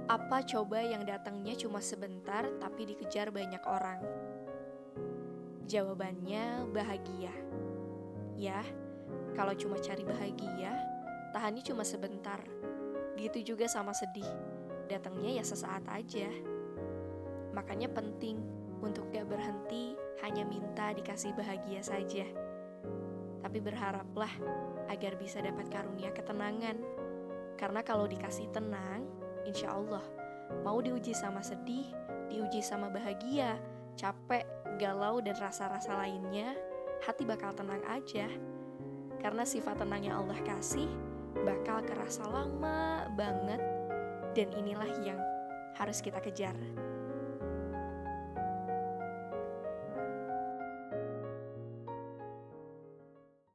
Apa coba yang datangnya cuma sebentar tapi dikejar banyak orang? Jawabannya bahagia. Ya, kalau cuma cari bahagia, tahannya cuma sebentar. Gitu juga sama sedih, datangnya ya sesaat aja. Makanya penting untuk gak berhenti hanya minta dikasih bahagia saja. Tapi berharaplah agar bisa dapat karunia ketenangan. Karena kalau dikasih tenang, insya Allah mau diuji sama sedih, diuji sama bahagia, capek, galau, dan rasa-rasa lainnya, hati bakal tenang aja. Karena sifat tenang yang Allah kasih bakal kerasa lama banget, dan inilah yang harus kita kejar.